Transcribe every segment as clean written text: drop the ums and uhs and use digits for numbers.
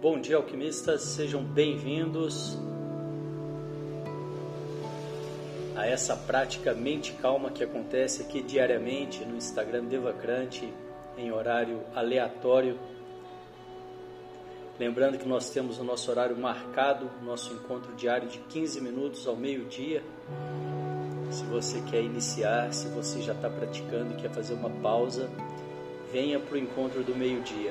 Bom dia, alquimistas, sejam bem-vindos a essa prática mente calma que acontece aqui diariamente no Instagram Devacrante, em horário aleatório. Lembrando que nós temos o nosso horário marcado, nosso encontro diário de 15 minutos ao meio-dia. Se você quer iniciar, se você já está praticando e quer fazer uma pausa, venha para o encontro do meio-dia.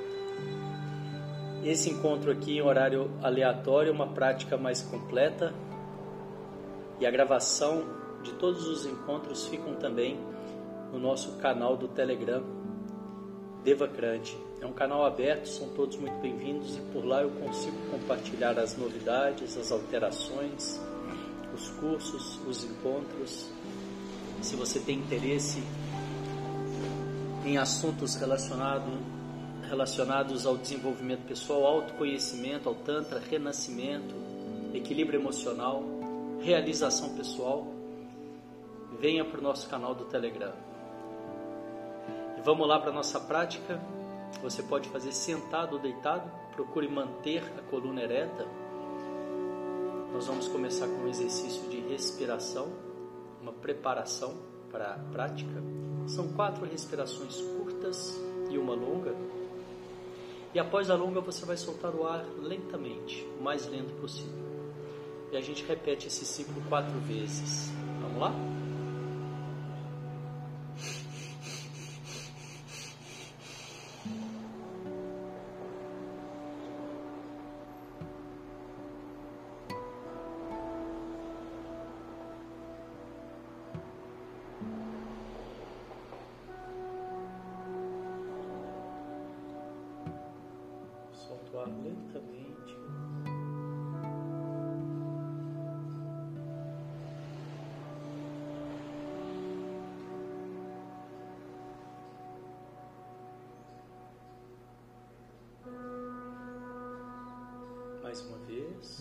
Esse encontro aqui em horário aleatório é uma prática mais completa e a gravação de todos os encontros ficam também no nosso canal do Telegram Devacrante. É um canal aberto, são todos muito bem-vindos e por lá eu consigo compartilhar as novidades, as alterações, os cursos, os encontros. Se você tem interesse em assuntos relacionados ao desenvolvimento pessoal, autoconhecimento, ao Tantra, renascimento, equilíbrio emocional, realização pessoal, venha para o nosso canal do Telegram. E vamos lá para a nossa prática. Você pode fazer sentado ou deitado, procure manter a coluna ereta. Nós vamos começar com um exercício de respiração, uma preparação para a prática. São 4 respirações curtas e uma longa. E após a longa você vai soltar o ar lentamente, o mais lento possível. E a gente repete esse ciclo 4 vezes. Vamos lá? Solta o ar lentamente. Mais uma vez.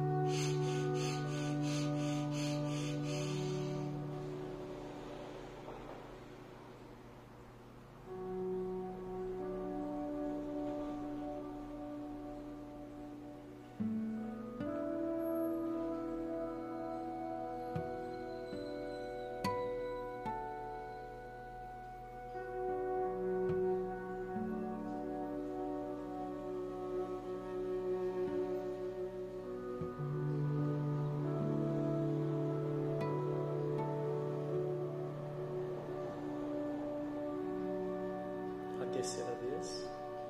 Terceira vez.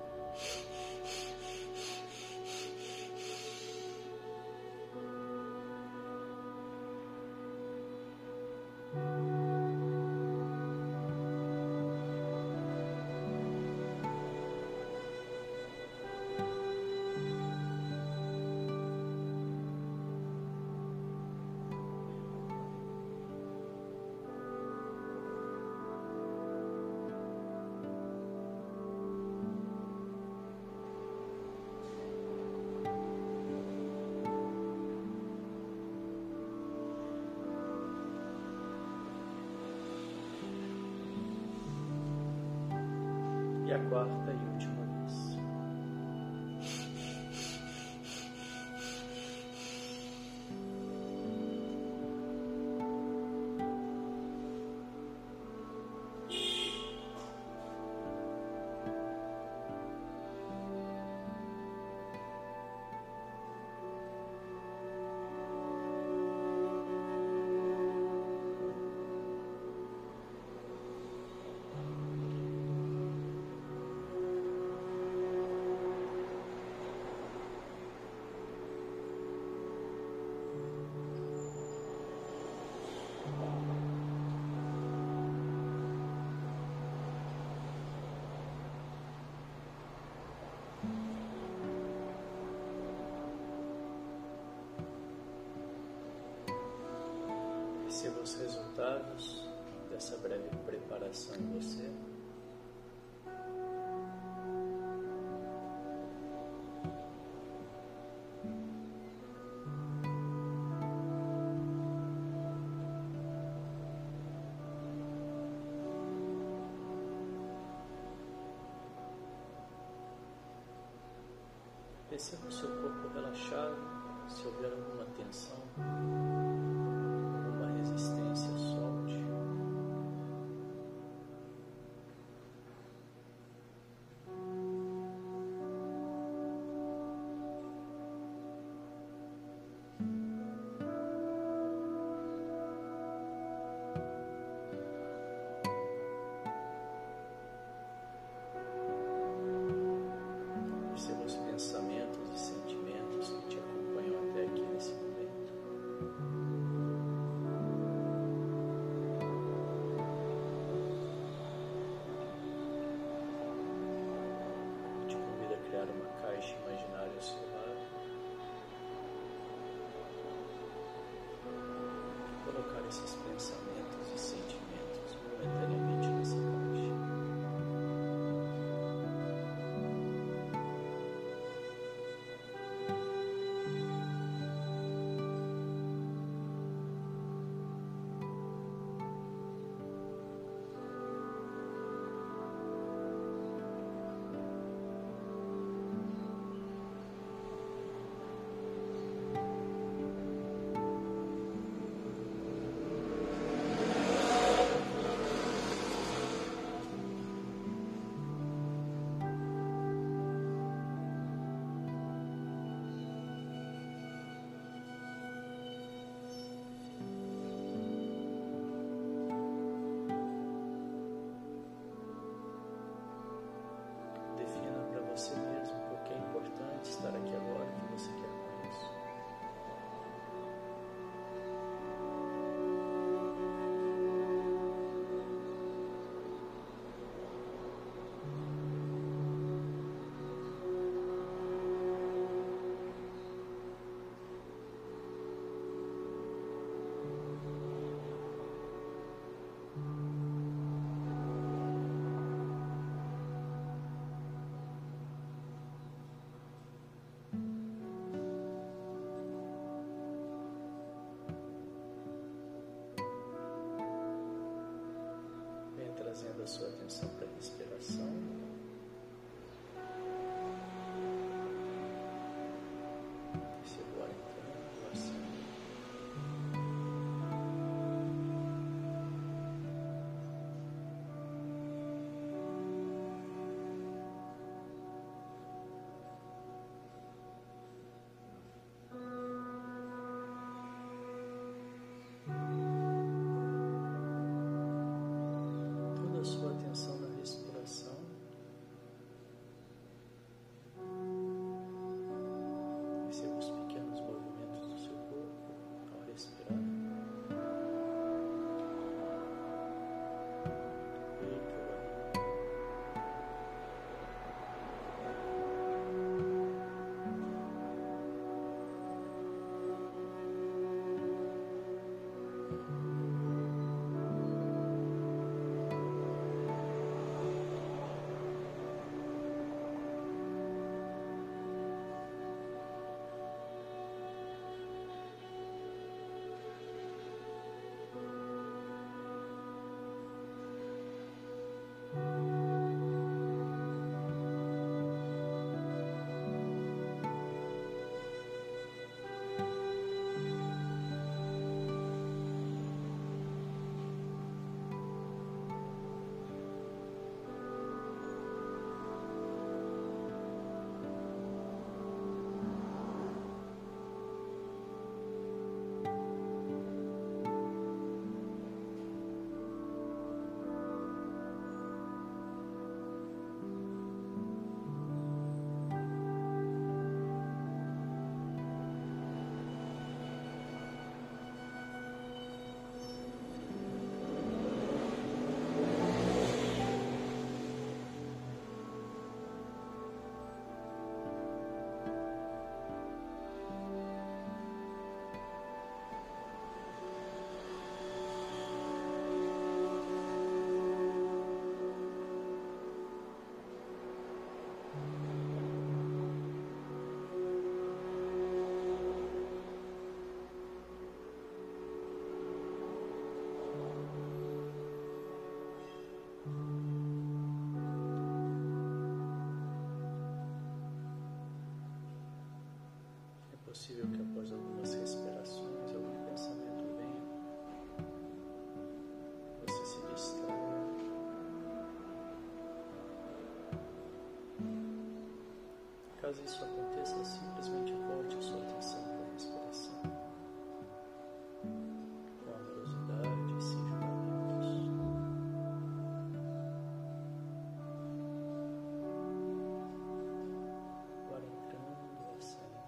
E a quarta e última vez. Perceba os resultados dessa breve preparação em você. Perceba o seu corpo relaxado, se houver alguma tensão, alguma resistência, solte. Perceba os pensamentos e sentimentos que te acompanham até aqui nesse momento. Eu te convido a criar uma caixa imaginária ao seu lado. Colocar esses pensamentos e sentimentos momentaneamente nessa caixa. Defina para você mesmo por que é importante estar aqui agora, o que você quer com isso. Venha trazendo a sua atenção para a respiração. Perceba o ar entrando, o ar saindo. Toda a sua atenção na respiração. possível que após algumas respirações, algum pensamento venha, você se distraia. Caso isso aconteça, simplesmente volte a sua atenção para a respiração, com amorosidade, sem julgamentos. O ar entrando, o ar saindo.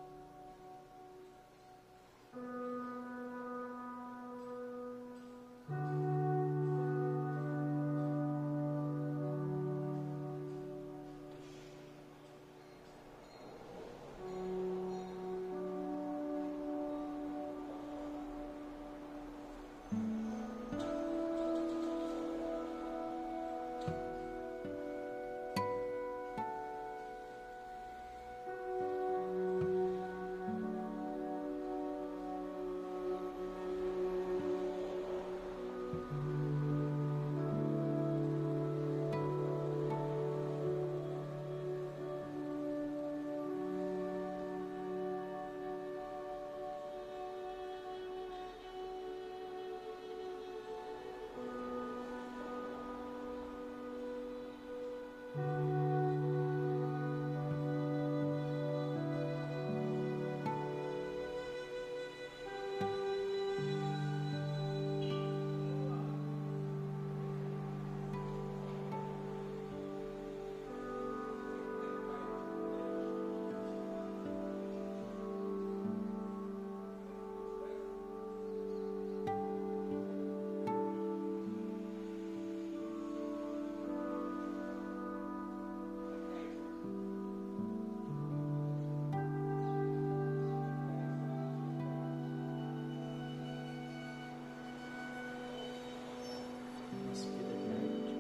Inspira grande,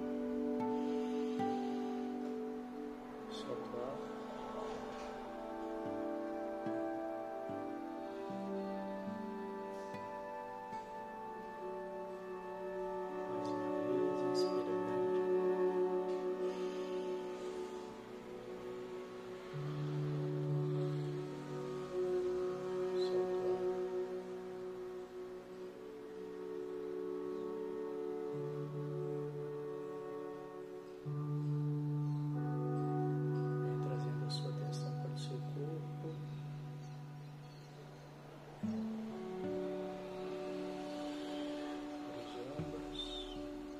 solta o ar. Mais uma vez, inspira grande, solta o ar. Vem trazendo a sua atenção para o seu corpo, para os ombros,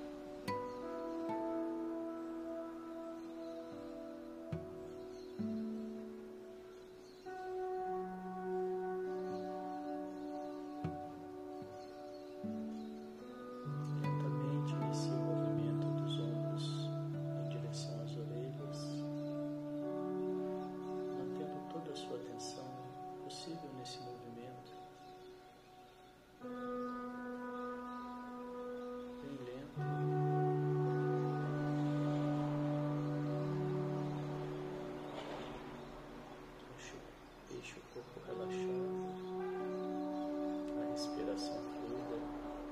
lentamente inicie o movimento dos ombros em direção às orelhas, mantendo toda a sua atenção possível nesse movimento, bem lento. Deixe o corpo relaxado, a respiração fluida.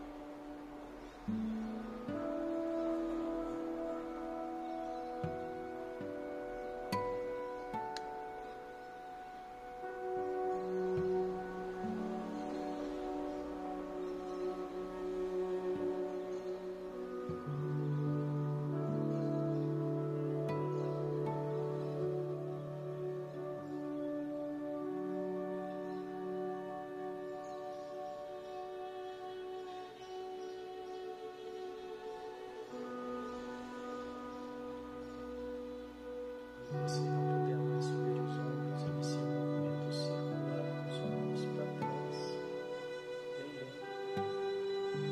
Se não puder mais subir os ombros, inicie o movimento circular dos ombros para trás, bem lento.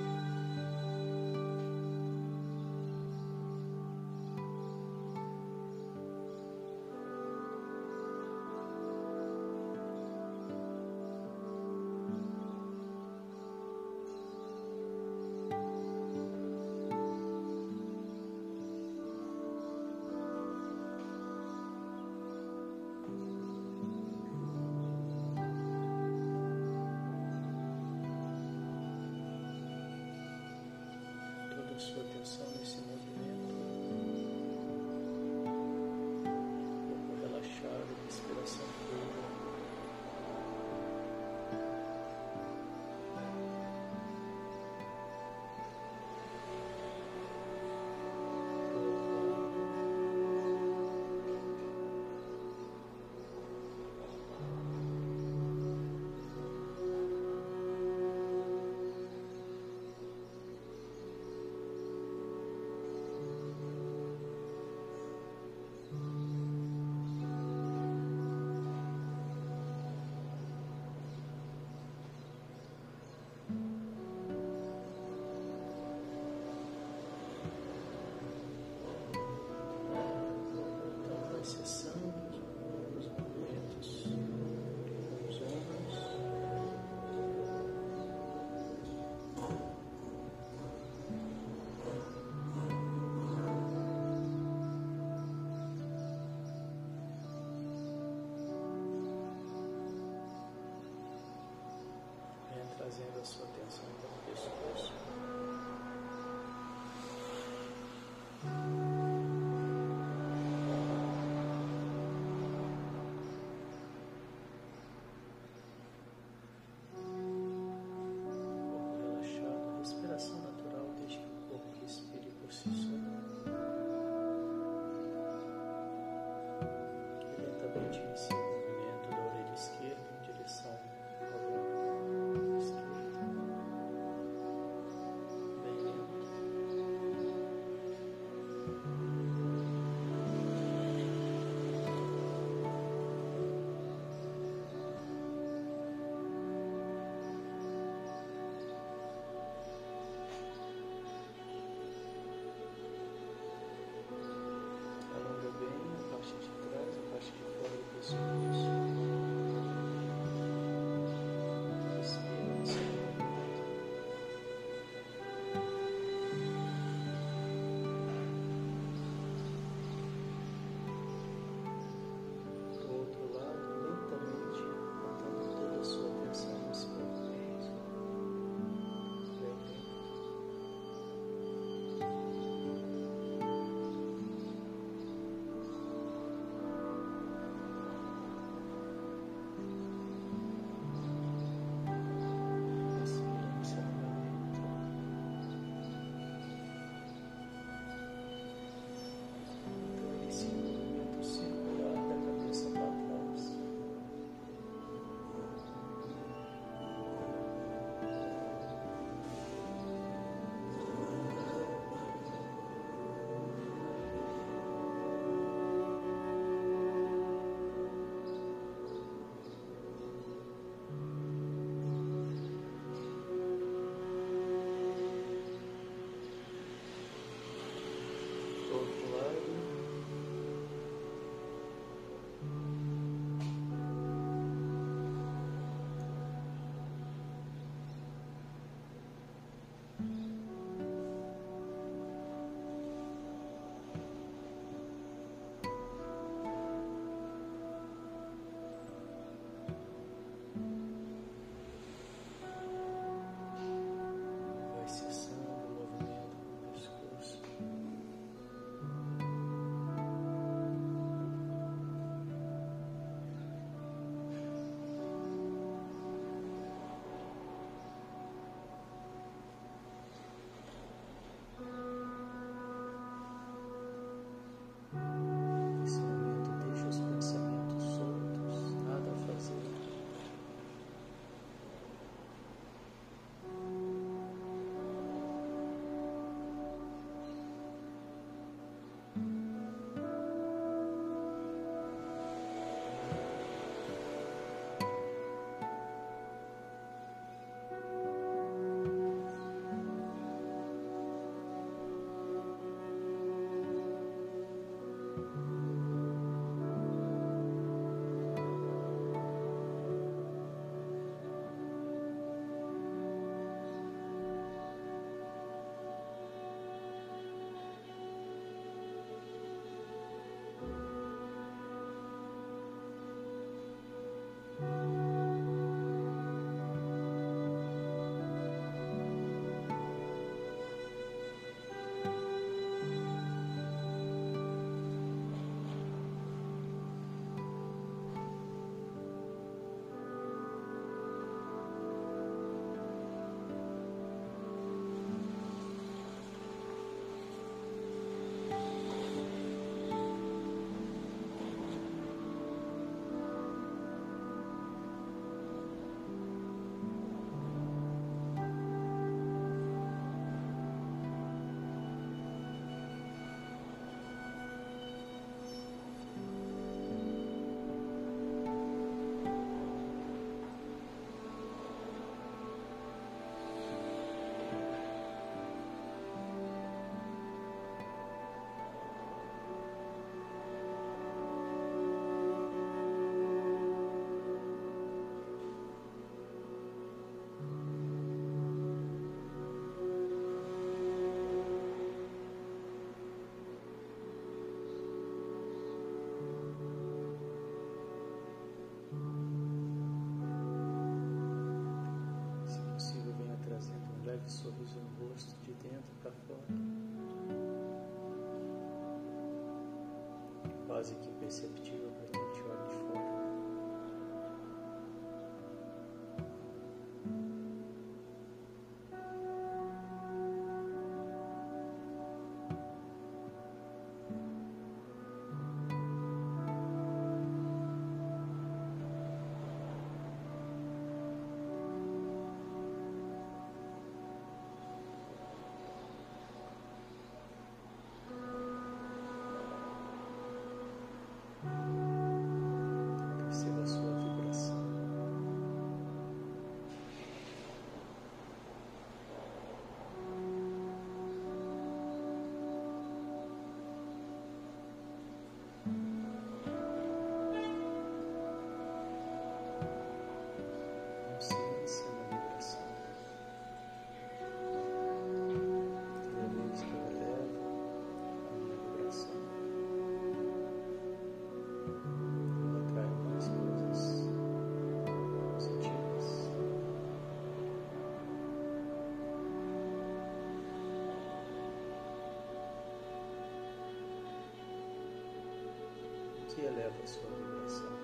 gostoso no rosto, de dentro para fora, quase que imperceptível para quem te olha de fora. Que eleva a sua vibração.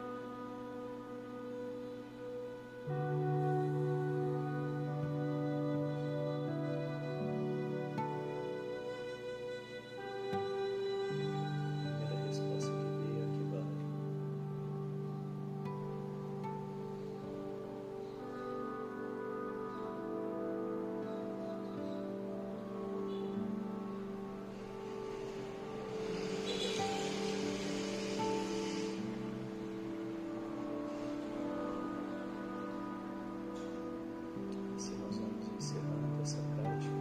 Primeira resposta que veio aqui vai. Assim nós vamos encerrando essa prática.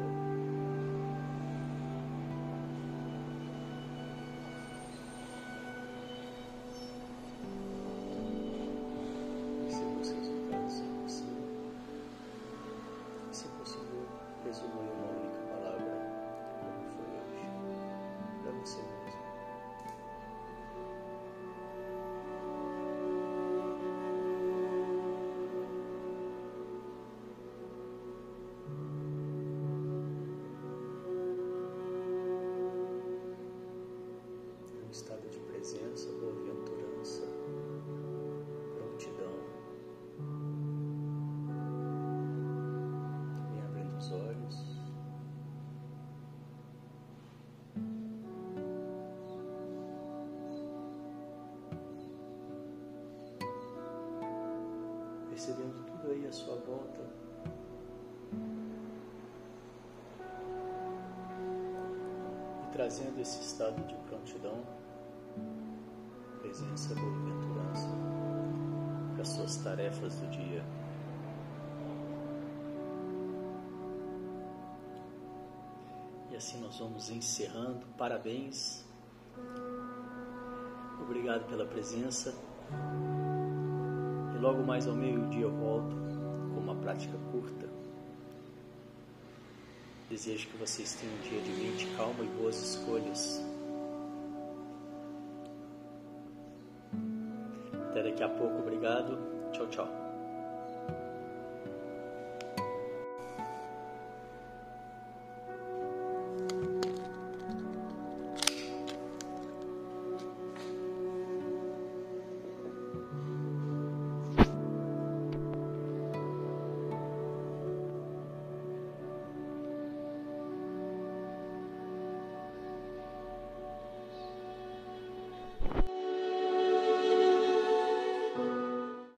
Perceba os resultados se possível. E se possível, resuma em uma única palavra como foi hoje, para você mesmo. Estado de presença, boa-aventurança, prontidão. Também abrindo os olhos. Percebendo tudo aí à sua volta. E trazendo esse estado de prontidão, presença, boa-aventurança para as suas tarefas do dia. E assim nós vamos encerrando. Parabéns. Obrigado pela presença. E logo mais ao meio-dia eu volto com uma prática curta. Desejo que vocês tenham um dia de mente calma e boas escolhas. Até daqui a pouco, obrigado. Tchau, tchau.